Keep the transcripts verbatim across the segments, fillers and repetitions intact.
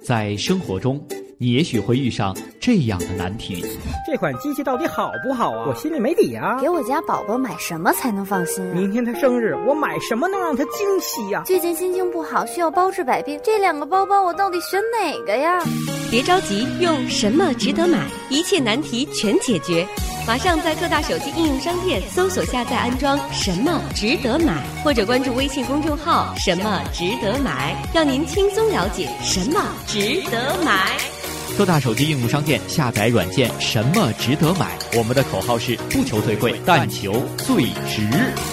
在生活中，你也许会遇上这样的难题： 这款机器到底好不好啊？我心里没底啊。 给我家宝宝买什么才能放心啊？ 明天他生日，我买什么能让他惊喜呀？ 最近心情不好，需要包治百病，这两个包包我到底选哪个呀？ 别着急，用什么值得买，一切难题全解决。马上在各大手机应用商店搜索下载安装什么值得买，或者关注微信公众号什么值得买，让您轻松了解什么值得买。 各大手机应用商店下载软件什么值得买，我们的口号是不求最贵，但求最值。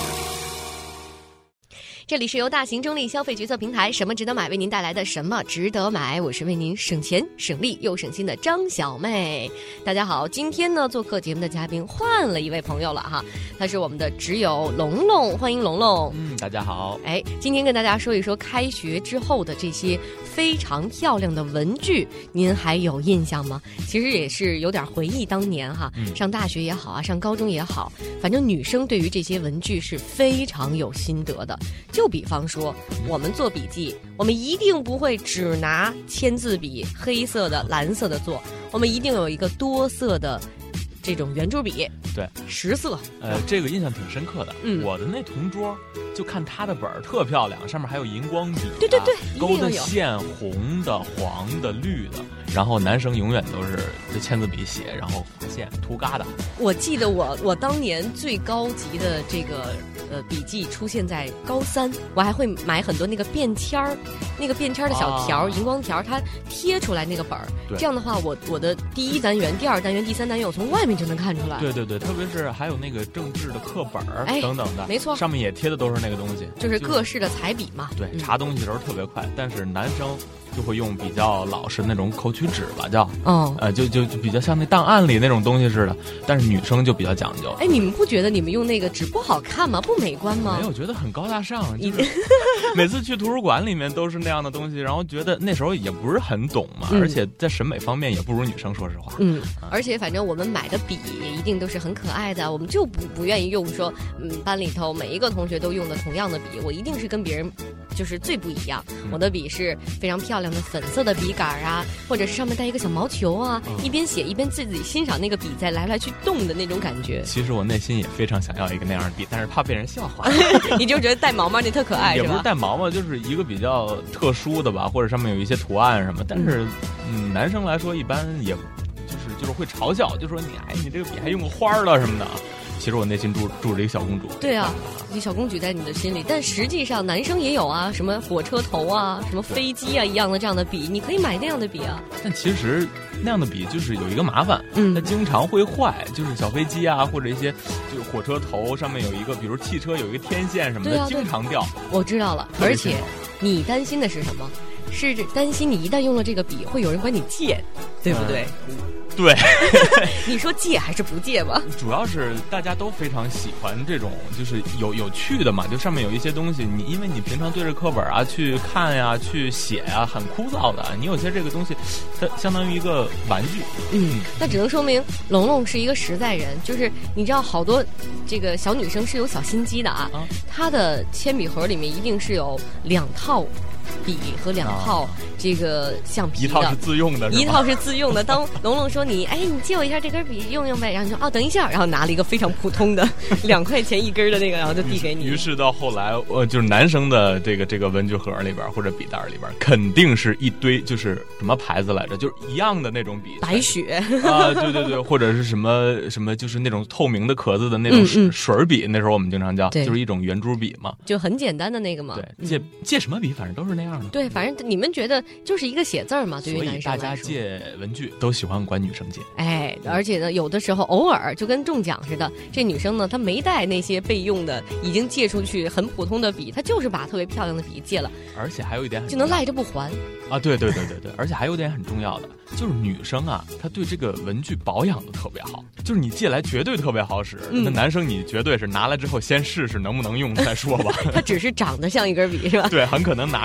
这里是由大型中立消费决策平台什么值得买为您带来的什么值得买，我是为您省钱省力又省心的张小妹。大家好，今天呢做客节目的嘉宾换了一位朋友了哈，他是我们的挚友龙龙，欢迎龙龙。 嗯，大家好。 哎，今天跟大家说一说开学之后的这些非常漂亮的文具，您还有印象吗？其实也是有点回忆当年哈， 嗯、 上大学也好啊，上高中也好，反正女生对于这些文具是非常有心得的。就比方说我们做笔记，我们一定不会只拿签字笔黑色的蓝色的做，我们一定有一个多色的这种圆珠笔， 对， 十色。 呃，这个印象挺深刻的。 嗯， 我的那同桌就看他的本儿特漂亮，上面还有荧光笔、啊， 对对对， 勾的线红的、黄的、绿的。然后男生永远都是这签字笔写，然后划线涂疙瘩。 我记得我我当年最高级的这个呃笔记出现在高三，我还会买很多那个便签儿，那个便签儿的小条、啊、荧光条，它贴出来那个本儿。这样的话，我我的第一单元、第二单元、第三单元，我从外面就能看出来。 对对对，特别是还有那个政治的课本儿、哎、等等的， 没错， 上面也贴的都是那个东西， 就是各式的彩笔嘛。 对， 嗯、 查东西的时候特别快，但是男生就会用比较老实那种口取纸吧，叫哦， 呃，就就就比较像那档案里那种东西似的。但是女生就比较讲究。 哎，你们不觉得你们用那个纸不好看吗？不美观吗？ 没有，觉得很高大上。就是每次去图书馆里面都是那样的东西，然后觉得那时候也不是很懂嘛，嗯、而且在审美方面也不如女生，说实话。 嗯，而且反正我们买的笔也一定都是很可爱的，我们就不不愿意用说，嗯，班里头每一个同学都用的同样的笔，我一定是跟别人就是最不一样。嗯、我的笔是非常漂亮的粉色的笔杆啊，或者是上面带一个小毛球啊，嗯、一边写一边自己欣赏那个笔在来来去动的那种感觉。 其实我内心也非常想要一个那样的笔，但是怕被人笑话。 你就觉得带毛毛那特可爱， 也不是带毛毛，就是一个比较特殊的吧，或者上面有一些图案什么。但是，嗯，男生来说一般也就是就是会嘲笑，就说你哎你这个笔还用个花了什么的。其实我内心住住着一个小公主。 对啊，一小公主在你的心里，但实际上男生也有啊，什么火车头啊，什么飞机啊一样的这样的笔，你可以买那样的笔啊。 但其实那样的笔就是有一个麻烦，嗯，它经常会坏，就是小飞机啊或者一些就是火车头上面有一个，比如汽车有一个天线什么的，啊、经常掉。 我知道了，而且你担心的是什么？是担心你一旦用了这个笔，会有人管你借，对不对？ 嗯对， 你说借还是不借吧？ 主要是大家都非常喜欢这种，就是有有趣的嘛，就上面有一些东西，你因为你平常对着课本啊去看呀、去写呀，很枯燥的。你有些这个东西，它相当于一个玩具。 嗯，那只能说明龙龙是一个实在人，就是你知道好多这个小女生是有小心机的啊，啊她的铅笔盒里面一定是有两套笔和两套这个橡皮的， 一套是自用的， 一套是自用的。当龙龙说你，哎，你借我一下这根笔用用呗，然后你说哦，等一下，然后拿了一个非常普通的两块钱一根的那个，然后就递给你。 于是到后来，呃，就是男生的这个这个文具盒里边或者笔袋里边，肯定是一堆就是什么牌子来着，就是一样的那种笔， 白雪啊，对对对，或者是什么什么，就是那种透明的壳子的那种水水笔，那时候我们经常叫，就是一种圆珠笔嘛， 就很简单的那个嘛。 对，借借什么笔，反正都是那样的。 对，反正你们觉得就是一个写字儿嘛，对于男生来说， 所以大家借文具都喜欢管女生借。 哎，而且呢，有的时候偶尔就跟中奖似的，这女生呢，她没带那些备用的，已经借出去很普通的笔，她就是把特别漂亮的笔借了， 而且还有一点很就能赖着不还啊！对对对对对，而且还有一点很重要的，就是女生啊，她对这个文具保养的特别好，就是你借来绝对特别好使。嗯、那男生你绝对是拿来之后先试试能不能用再说吧。 它只是长得像一根笔是吧？ 对，很可能拿着它没事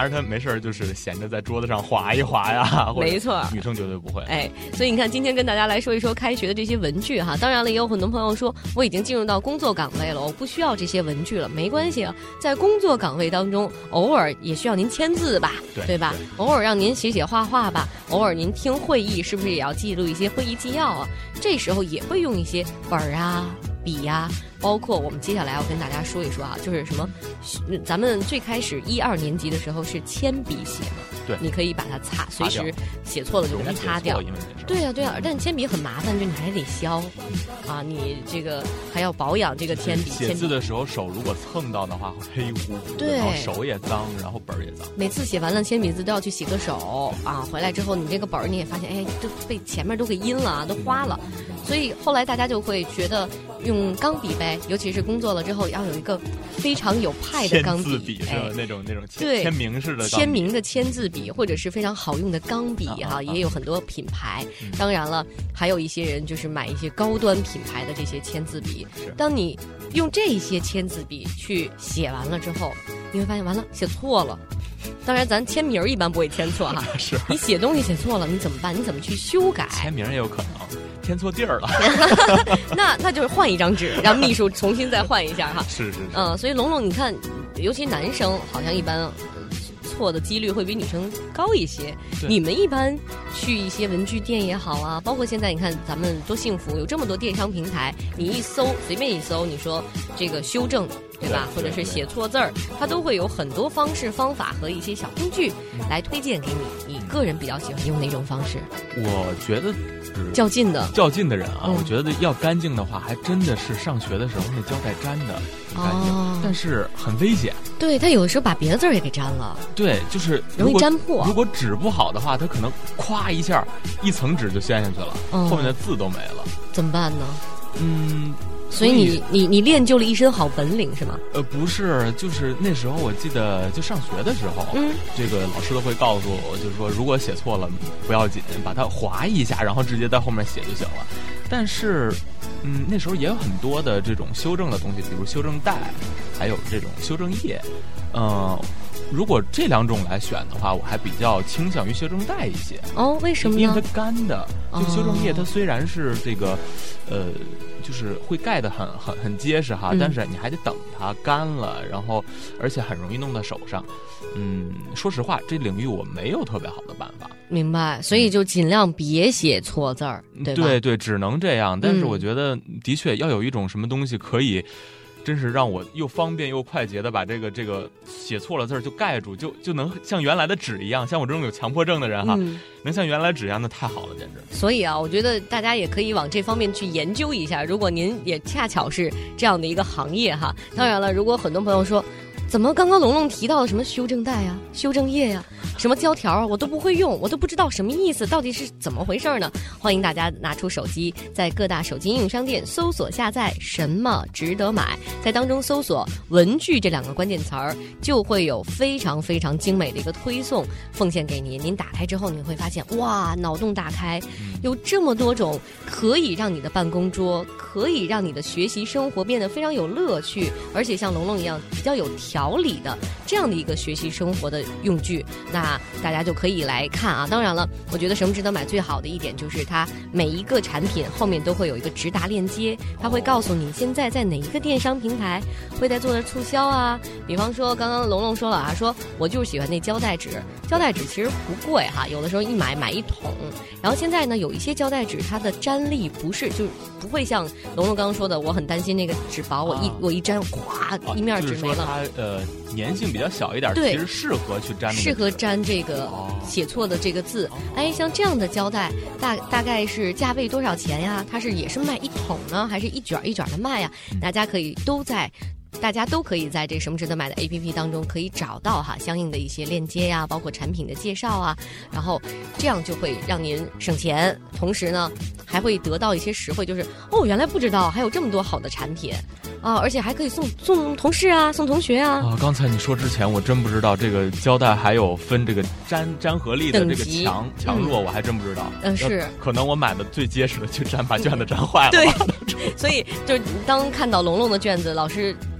事儿就是闲着在桌子上划一划呀， 没错， 女生绝对不会。 哎，所以你看，今天跟大家来说一说开学的这些文具哈。当然了，也有很多朋友说我已经进入到工作岗位了，我不需要这些文具了。没关系啊，在工作岗位当中，偶尔也需要您签字吧，对, 对吧对？偶尔让您写写画画吧，偶尔您听会议是不是也要记录一些会议纪要啊？这时候也会用一些本儿啊、笔呀、啊。包括我们接下来要跟大家说一说啊，就是什么，咱们最开始一二年级的时候是铅笔写嘛， 对， 你可以把它擦，随时写错了就给它擦掉。对呀、啊、对呀、啊，但铅笔很麻烦，就你还得削，啊，你这个还要保养这个铅笔。 写字的时候手如果蹭到的话会黑乎乎， 对， 然后手也脏，然后本儿也脏。 每次写完了铅笔字都要去洗个手啊，回来之后你这个本儿你也发现，哎，都被前面都给阴了，都花了。所以后来大家就会觉得用钢笔呗，尤其是工作了之后要有一个非常有派的钢笔， 签字笔是吧？那种那种对签名式的签名的签字笔，或者是非常好用的钢笔哈、啊啊，也有很多品牌、嗯。当然了，还有一些人就是买一些高端品牌的这些签字笔。当你用这些签字笔去写完了之后，你会发现完了写错了。当然，咱签名一般不会签错哈。 是你写东西写错了，你怎么办？你怎么去修改？ 签名也有可能。填错地儿了， 那那就是换一张纸，让秘书重新再换一下哈。 是是是， 嗯、呃，所以龙龙，你看，尤其男生好像一般、呃、错的几率会比女生高一些。你们一般去一些文具店也好啊，包括现在你看咱们多幸福，有这么多电商平台，你一搜随便一搜，你说这个修正。对吧？或者是写错字儿，它都会有很多方式、方法和一些小工具来推荐给你。你个人比较喜欢用哪种方式？ 我觉得较劲的， 较劲的人啊， 嗯、 我觉得要干净的话，还真的是上学的时候那胶带粘的干净、哦，但是很危险。 对，他有的时候把别的字儿也给粘了。 对，就是容易粘破。 如果纸不好的话，它可能咵一下，一层纸就掀下去了、嗯，后面的字都没了。 怎么办呢？ 嗯。 所以你你你练就了一身好本领是吗？ 呃，不是，就是那时候我记得就上学的时候，嗯，这个老师都会告诉我，就是说如果写错了不要紧，把它划一下，然后直接在后面写就行了。但是，嗯，那时候也有很多的这种修正的东西，比如修正带，还有这种修正液，嗯、呃。如果这两种来选的话，我还比较倾向于修正带一些。 哦，为什么呢？ 因为它干的，这个修正液它虽然是这个，呃，就是会盖得很很很结实哈、嗯，但是你还得等它干了，然后而且很容易弄到手上。嗯，说实话，这领域我没有特别好的办法。 明白，所以就尽量别写错字儿，对吧？ 对对，只能这样。但是我觉得，的确要有一种什么东西可以。真是让我又方便又快捷的把这个这个写错了字儿就盖住，就就能像原来的纸一样，像我这种有强迫症的人哈、嗯，能像原来纸一样，那太好了，简直。 所以啊，我觉得大家也可以往这方面去研究一下。如果您也恰巧是这样的一个行业哈，当然了，如果很多朋友说。怎么刚刚龙龙提到了什么修正带呀、修正液呀、什么胶条啊，我都不会用，我都不知道什么意思，到底是怎么回事呢？欢迎大家拿出手机，在各大手机应用商店搜索下载什么值得买，在当中搜索文具这两个关键词儿，就会有非常非常精美的一个推送奉献给您。您打开之后，你会发现哇，脑洞大开，有这么多种可以让你的办公桌，可以让你的学习生活变得非常有乐趣，而且像龙龙一样比较有条理的这样的一个学习生活的用具，那大家就可以来看啊。当然了，我觉得什么值得买最好的一点就是它每一个产品后面都会有一个直达链接，它会告诉你现在在哪一个电商平台会在做的促销啊。比方说刚刚龙龙说了啊，说我就是喜欢那胶带纸，胶带纸其实不贵哈，有的时候一买买一桶。然后现在呢，有一些胶带纸它的粘力不是就不会像龙龙刚刚说的，我很担心那个纸薄，我一、啊、我一粘哗、啊、一面纸没了。 它呃粘性比较小一点， 对， 其实适合去粘那个适合粘这个写错的这个字。哦、哎，像这样的胶带大大概是价位多少钱呀？它是也是卖一桶呢，还是一卷一卷的卖呀？嗯、大家可以都在。大家都可以在这什么值得买的 A P P 当中可以找到哈相应的一些链接呀，包括产品的介绍啊，然后这样就会让您省钱，同时呢还会得到一些实惠，就是哦原来不知道还有这么多好的产品啊，而且还可以送送同事啊，送同学啊。 啊，刚才你说之前我真不知道这个胶带还有分这个粘粘合力的这个强强弱，我还真不知道。 嗯，是可能我买的最结实的就粘把卷子粘坏了。 对，所以就是当看到龙龙的卷子，老师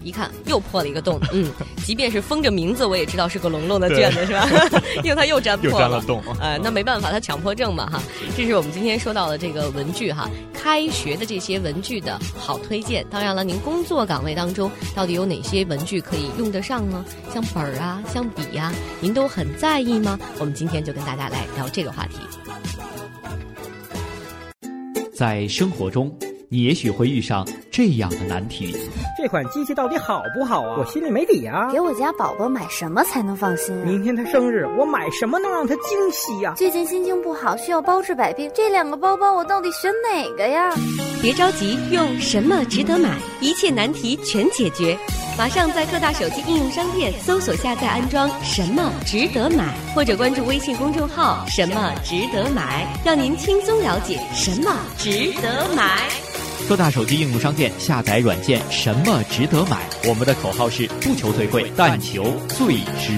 一看又破了一个洞，嗯，即便是封着名字，我也知道是个龙龙的卷子是吧？因为它又粘破了， 又粘了洞， 呃，那没办法，它强迫症嘛哈。这是我们今天说到的这个文具哈，开学的这些文具的好推荐。当然了，您工作岗位当中到底有哪些文具可以用得上呢？像本儿啊，像笔呀、啊，您都很在意吗？我们今天就跟大家来聊这个话题。 在生活中，你也许会遇上这样的难题： 这款机器到底好不好啊？我心里没底啊！ 给我家宝宝买什么才能放心啊？ 明天他生日，我买什么能让他惊喜呀？ 最近心情不好，需要包治百病，这两个包包我到底选哪个呀？ 别着急，用什么值得买，一切难题全解决。马上在各大手机应用商店搜索下载安装什么值得买，或者关注微信公众号什么值得买，让您轻松了解什么值得买。 各大手机应用商店下载软件什么值得买，我们的口号是不求最贵，但求最值。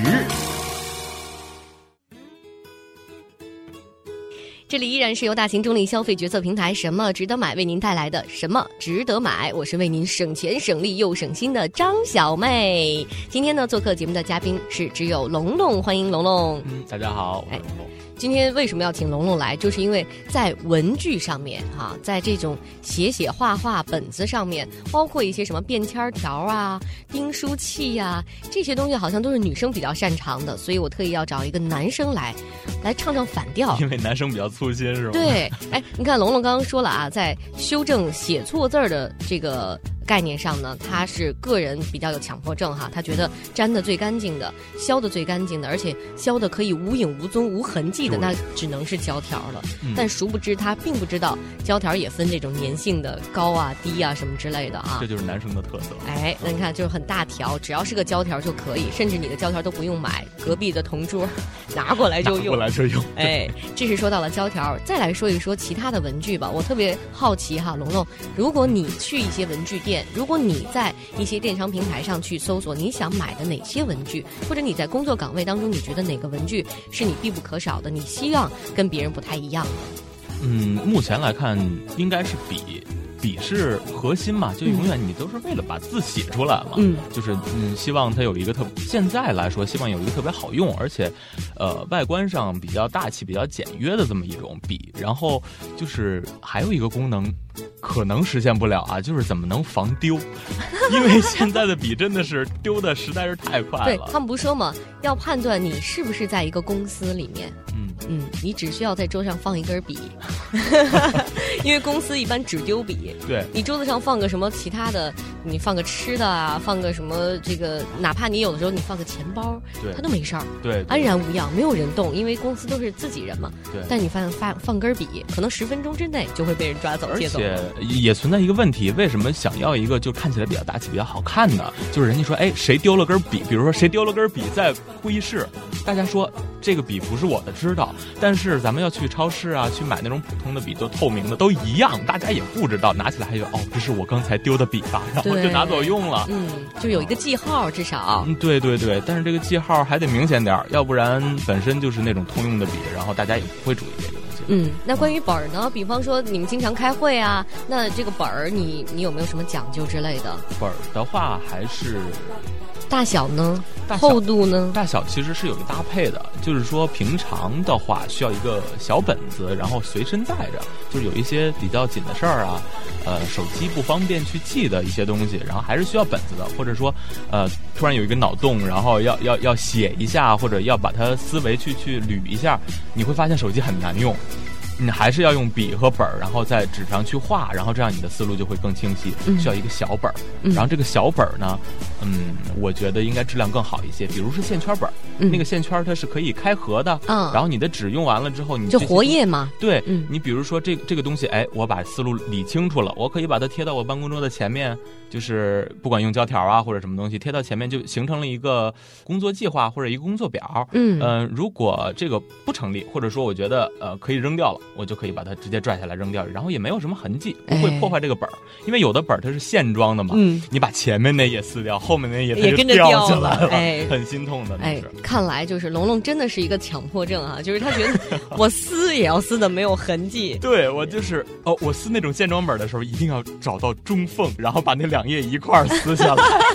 这里依然是由大型中立消费决策平台什么值得买为您带来的什么值得买，我是为您省钱省力又省心的张小妹。今天呢，做客节目的嘉宾是只有龙龙，欢迎龙龙。 嗯，大家好，我是龙龙。 今天为什么要请龙龙来，就是因为在文具上面哈、啊，在这种写写画画本子上面，包括一些什么便签条啊、订书器呀、啊、这些东西，好像都是女生比较擅长的，所以我特意要找一个男生来来唱唱反调， 因为男生比较粗心是吗？ 对，哎，你看龙龙刚刚说了啊，在修正写错字儿的这个概念上呢，他是个人比较有强迫症哈，他觉得粘的最干净的、削的最干净的，而且削的可以无影无踪、无痕迹的，那只能是胶条了。嗯、但殊不知他并不知道胶条也分这种粘性的高啊、低啊什么之类的啊。 这就是男生的特色。 哎，那你看就是很大条，只要是个胶条就可以，甚至你的胶条都不用买，隔壁的同桌拿过来就用。 拿过来就用。 哎，这是说到了胶条，再来说一说其他的文具吧。我特别好奇哈，龙龙，如果你去一些文具店。如果你在一些电商平台上去搜索你想买的哪些文具，或者你在工作岗位当中你觉得哪个文具是你必不可少的，你希望跟别人不太一样的？ 嗯，目前来看应该是笔。笔是核心嘛，就永远你都是为了把字写出来嘛，嗯，就是嗯，希望它有一个特，现在来说希望有一个特别好用，而且，呃，外观上比较大气、比较简约的这么一种笔。然后就是还有一个功能，可能实现不了啊，就是怎么能防丢？因为现在的笔真的是丢的实在是太快了。 对，他们不说嘛，要判断你是不是在一个公司里面，嗯嗯，你只需要在桌上放一根笔，因为公司一般只丢笔。 对， 你桌子上放个什么其他的，你放个吃的啊，放个什么这个，哪怕你有的时候你放个钱包，对，它都没事儿， 对， 安然无恙，没有人动，因为公司都是自己人嘛。 对， 但你发现放放根笔，可能十分钟之内就会被人抓走， 而且也存在一个问题，为什么想要一个就看起来比较大气、比较好看的，就是人家说，哎，谁丢了根笔，比如说谁丢了根笔在会议室，大家说这个笔不是我的，知道，但是咱们要去超市啊，去买那种普通的笔，都透明的，都一样，大家也不知道，拿起来还有哦，这是我刚才丢的笔吧，然后就拿走用了， 嗯，就有一个记号至少， 嗯，对对对，但是这个记号还得明显点，要不然本身就是那种通用的笔，然后大家也不会注意这个东西。 嗯，那关于本儿呢？比方说你们经常开会啊，那这个本儿你你有没有什么讲究之类的？ 本儿的话还是。 大小呢？厚度呢？ 大小其实是有个搭配的，就是说平常的话需要一个小本子，然后随身带着，就是有一些比较紧的事儿啊，呃，手机不方便去记的一些东西，然后还是需要本子的，或者说，呃，突然有一个脑洞，然后要要要写一下，或者要把它思维去去捋一下，你会发现手机很难用。你还是要用笔和本儿，然后在纸上去画，然后这样你的思路就会更清晰。嗯、需要一个小本儿、嗯，然后这个小本儿呢，嗯，我觉得应该质量更好一些。比如是线圈本儿、嗯，那个线圈它是可以开合的，嗯，然后你的纸用完了之后，你就活页嘛。 对，嗯，你比如说这这个东西，哎，我把思路理清楚了，我可以把它贴到我办公桌的前面，就是不管用胶条啊或者什么东西贴到前面，就形成了一个工作计划或者一个工作表。嗯，呃，如果这个不成立，或者说我觉得呃可以扔掉了。我就可以把它直接拽下来扔掉，然后也没有什么痕迹，不会破坏这个本儿、哎，因为有的本儿它是线装的嘛，嗯，你把前面那页撕掉，后面那页它就掉下来了， 哎， 很心痛的。 哎，看来就是龙龙真的是一个强迫症啊，就是他觉得我撕也要撕的没有痕迹。 对，我就是哦，我撕那种线装本的时候，一定要找到中缝，然后把那两页一块撕下来。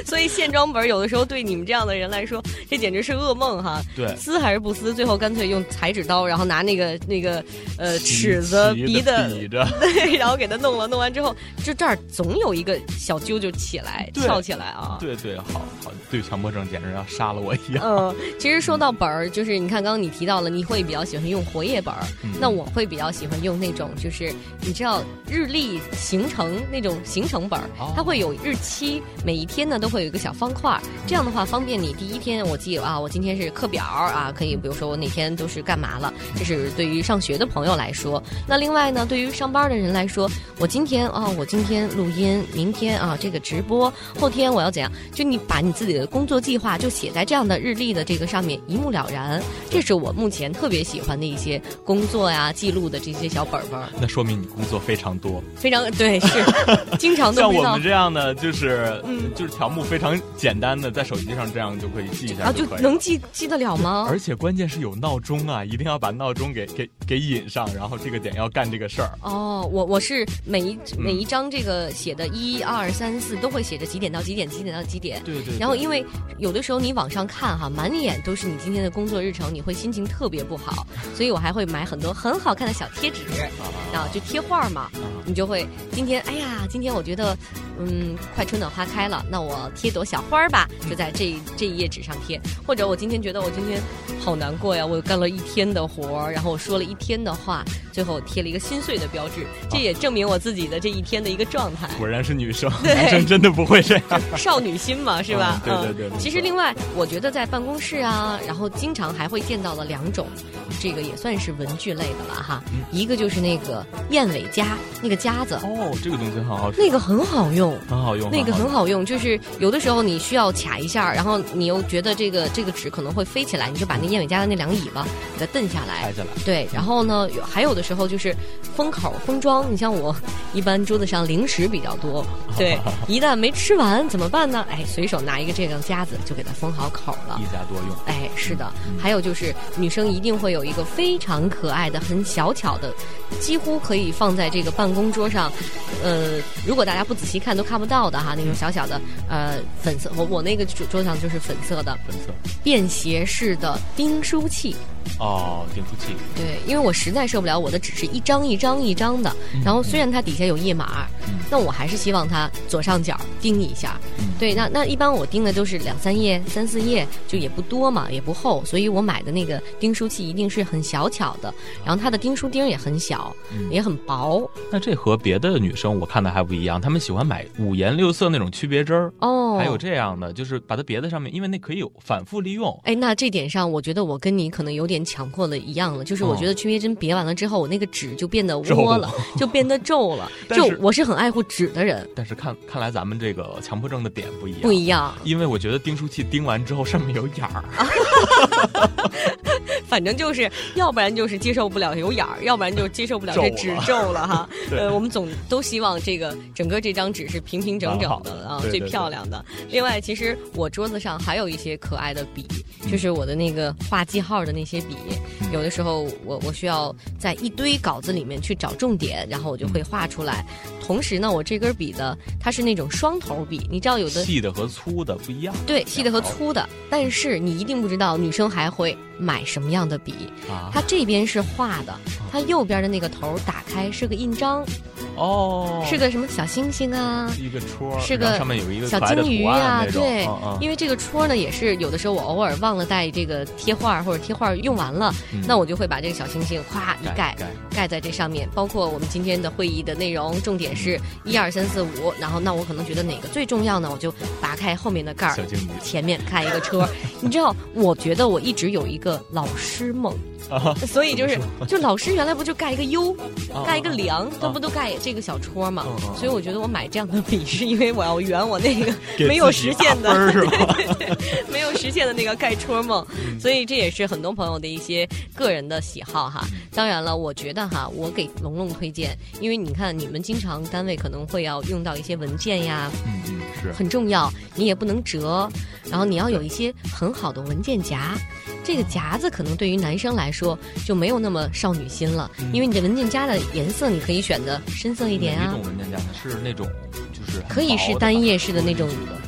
所以线装本有的时候对你们这样的人来说，这简直是噩梦哈。 对， 撕还是不撕？最后干脆用裁纸刀，然后拿那个那个呃尺子逼的，对，然后给它弄了。弄完之后，就这儿总有一个小揪就起来翘起来啊。 对对，好好，对强迫症简直要杀了我一样。 嗯，其实说到本儿，就是你看刚刚你提到了，你会比较喜欢用活页本儿，嗯、那我会比较喜欢用那种就是你知道日历行程那种行程本儿，哦、它会有日期，每一天呢都会有一个小方块，这样的话方便你第一天我记啊，我今天是课表啊，可以比如说我哪天都是干嘛了，这是对于上学的朋友来说。那另外呢，对于上班的人来说，我今天啊，我今天录音，明天啊这个直播，后天我要怎样？就你把你自己的工作计划就写在这样的日历的这个上面，一目了然。这是我目前特别喜欢的一些工作呀、记录的这些小本本。 那说明你工作非常多， 非常对，是经常都像我们这样的，就是嗯，就是条目非常简单的，在手机上这样就可以记一下就可以了。 啊，就能记记得了吗？ 而且关键是有闹钟啊，一定要把闹钟给给给引上，然后这个点要干这个事儿。 哦，我我是每一每一张这个写的一二三四都会写着几点到几点，几点到几点。 对 对, 对。 然后因为有的时候你往上看哈，满眼都是你今天的工作日程，你会心情特别不好，所以我还会买很多很好看的小贴纸，然后就贴画嘛。你就会今天哎呀，今天我觉得嗯快春暖花开了，那我贴朵小花吧，就在这这一页纸上贴。或者我今天觉得我今天好难过呀，我干了一天的活，然后我说了一天的话，最后贴了一个心碎的标志，这也证明我自己的这一天的一个状态。 果然是女生，男生真的不会这样， 少女心嘛，是吧？ 嗯、对对对。 嗯、其实另外，我觉得在办公室啊，然后经常还会见到的两种，这个也算是文具类的了哈。嗯、一个就是那个燕尾夹，那个夹子。 哦，这个东西很好使。 那个很好用， 很好用。 那个很好用，就是有的时候你需要卡一下，然后你又觉得这个这个纸可能会飞起来，你就把那燕尾夹的那两个尾巴给它蹬下来， 拆下来。 对，然后呢，有还有的时候就是封口封装。你像我一般桌子上零食比较多，对，一旦没吃完怎么办呢？哎，随手拿一个这个夹子就给它封好口了， 一家多用。 哎，是的。嗯、还有就是女生一定会有一个非常可爱的、很小巧的，几乎可以放在这个办公桌上。呃，如果大家不仔细看都看不到的哈，那种小小的呃粉色，我我那个桌上就是粉色的， 粉色便携式的订书器。 哦，订书器。 对，因为我实在受不了我的纸是一张一张一张的，嗯、然后虽然它底下有页码，嗯、那我还是希望它左上角钉一下。嗯、对，那那一般我钉的都是两三页、三四页，就也不多嘛，也不厚，所以我买的那个订书器一定是很小巧的，然后它的订书钉也很小，嗯、也很薄。 那这和别的女生我看的还不一样，她们喜欢买五颜六色那种区别针儿。哦，还有这样的，就是把它别在上面，因为那可以有反复利用。 哎，那这点上，我觉得我跟你可能有点强迫的一样了，就是我觉得区别针别完了之后，我那个纸就变得窝了，就变得皱了。就我是很爱护纸的人， 但是看看来咱们这个强迫症的点不一样， 不一样。 因为我觉得订书器钉完之后上面有眼儿， 反正就是要不然就是接受不了有眼儿，要不然就接受不了这纸皱了哈。呃，我们总都希望这个整个这张纸是平平整整的啊，最漂亮的。另外，其实我桌子上还有一些可爱的笔，就是我的那个画记号的那些笔。有的时候我我需要在一堆稿子里面去找重点，然后我就会画出来。同时呢，我这根笔的它是那种双头笔，你知道有的细的和粗的不一样。 对，细的和粗的。但是你一定不知道女生还会买什么样的笔。啊、它这边是画的，它右边的那个头打开是个印章。 哦， 是个什么小星星啊， 一个戳， 是个上面有一个小金鱼啊，对， 嗯嗯、 因为这个戳呢，也是有的时候我偶尔忘了带这个贴画，或者贴画用完了，嗯、那我就会把这个小星星咵一盖盖盖在这上面。包括我们今天的会议的内容，重点是一二三四五，然后那我可能觉得哪个最重要呢，我就拔开后面的盖儿，前面开一个戳。你知道，我觉得我一直有一个老师梦。啊、所以就是，就老师原来不就盖一个 U，、啊、盖一个梁，这、啊、不都盖这个小戳嘛？啊、所以我觉得我买这样的笔是因为我要圆我那个没有实现的，对对对，没有实现的那个盖戳梦。嗯、所以这也是很多朋友的一些个人的喜好哈。当然了，我觉得哈，我给龙龙推荐，因为你看你们经常单位可能会要用到一些文件呀， 嗯嗯，是很重要，你也不能折，然后你要有一些很好的文件夹。这个夹子可能对于男生来说就没有那么少女心了，嗯、因为你的文件夹的颜色你可以选的深色一点啊。 哪种文件夹呢？是那种就是可以是单页式的那种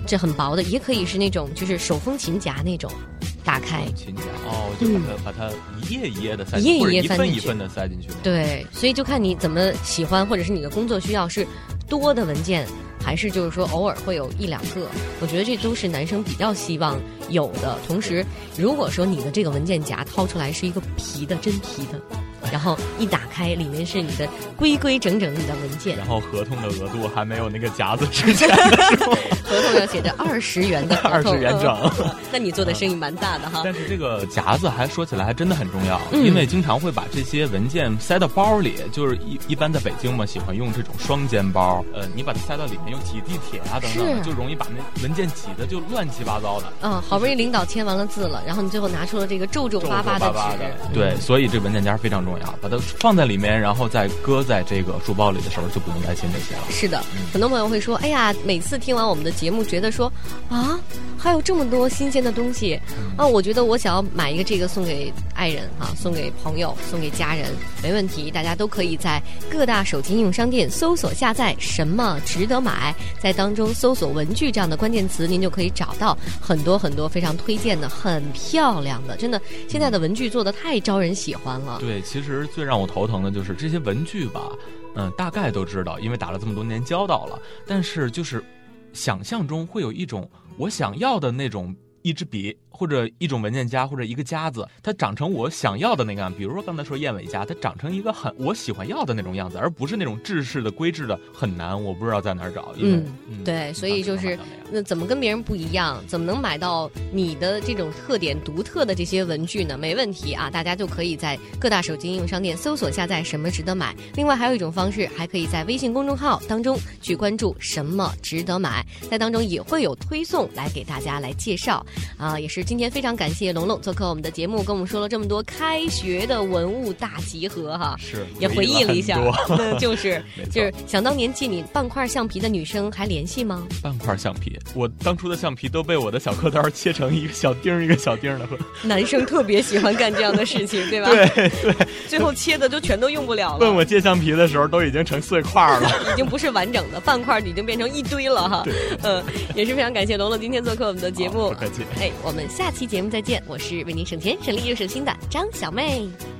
这很薄的，也可以是那种就是手风琴夹那种，打开琴夹哦，就把它、嗯、把它一页一页的塞进去， 一页一页一份一份的塞进去。 对，所以就看你怎么喜欢，或者是你的工作需要是多的文件，还是就是说偶尔会有一两个，我觉得这都是男生比较希望有的。同时，如果说你的这个文件夹掏出来是一个皮的真皮的，然后一打开里面是你的规规整整你的文件， 然后合同的额度还没有那个夹子之前的时候合同上写着二十元的合同， 二十元整、 嗯、那你做的生意蛮大的哈。 但是这个夹子还说起来还真的很重要、嗯、因为经常会把这些文件塞到包里，就是一一般在北京嘛喜欢用这种双肩包，呃，你把它塞到里面又挤地铁啊等等的，就容易把那文件挤得就乱七八糟的。 嗯，好不容易领导签完了字了，然后你最后拿出了这个皱皱巴巴的纸， 对、嗯，所以这文件夹非常重要，把它放在里面，然后再搁在这个书包里的时候就不用担心这些了。 是的、嗯、很多朋友会说，哎呀，每次听完我们的节目觉得说啊还有这么多新鲜的东西、嗯、啊，我觉得我想要买一个这个送给爱人啊，送给朋友，送给家人，没问题，大家都可以在各大手机应用商店搜索下载什么值得买，在当中搜索文具这样的关键词，您就可以找到很多很多非常推荐的很漂亮的，真的现在的文具做得太招人喜欢了。 对，其实最让我头疼的就是这些文具吧，嗯，大概都知道，因为打了这么多年交道了，但是就是想象中会有一种我想要的那种一支笔或者一种文件夹或者一个夹子，它长成我想要的那个样，比如说刚才说燕尾夹，它长成一个很我喜欢要的那种样子，而不是那种制式的规制的，很难，我不知道在哪儿找。因为嗯，嗯对，所以就是那怎么跟别人不一样，怎么能买到你的这种特点独特的这些文具呢？没问题啊，大家就可以在各大手机应用商店搜索下载什么值得买。另外还有一种方式，还可以在微信公众号当中去关注什么值得买，在当中也会有推送来给大家来介绍啊。也是今天非常感谢龙龙做客我们的节目，跟我们说了这么多开学的文物大集合哈， 是也回忆了一下，那就是就是想当年借你半块橡皮的女生还联系吗？ 半块橡皮，我当初的橡皮都被我的小刻刀切成一个小钉一个小钉的。 男生特别喜欢干这样的事情，对吧？ 对对， 最后切的就全都用不了了。 问我借橡皮的时候，都已经成碎块了， 已经不是完整的，半块已经变成一堆了哈。嗯，也是非常感谢龙龙今天做客我们的节目， 不客气。 哎，我们下期节目再见，我是为您省钱省力又省心的张小妹。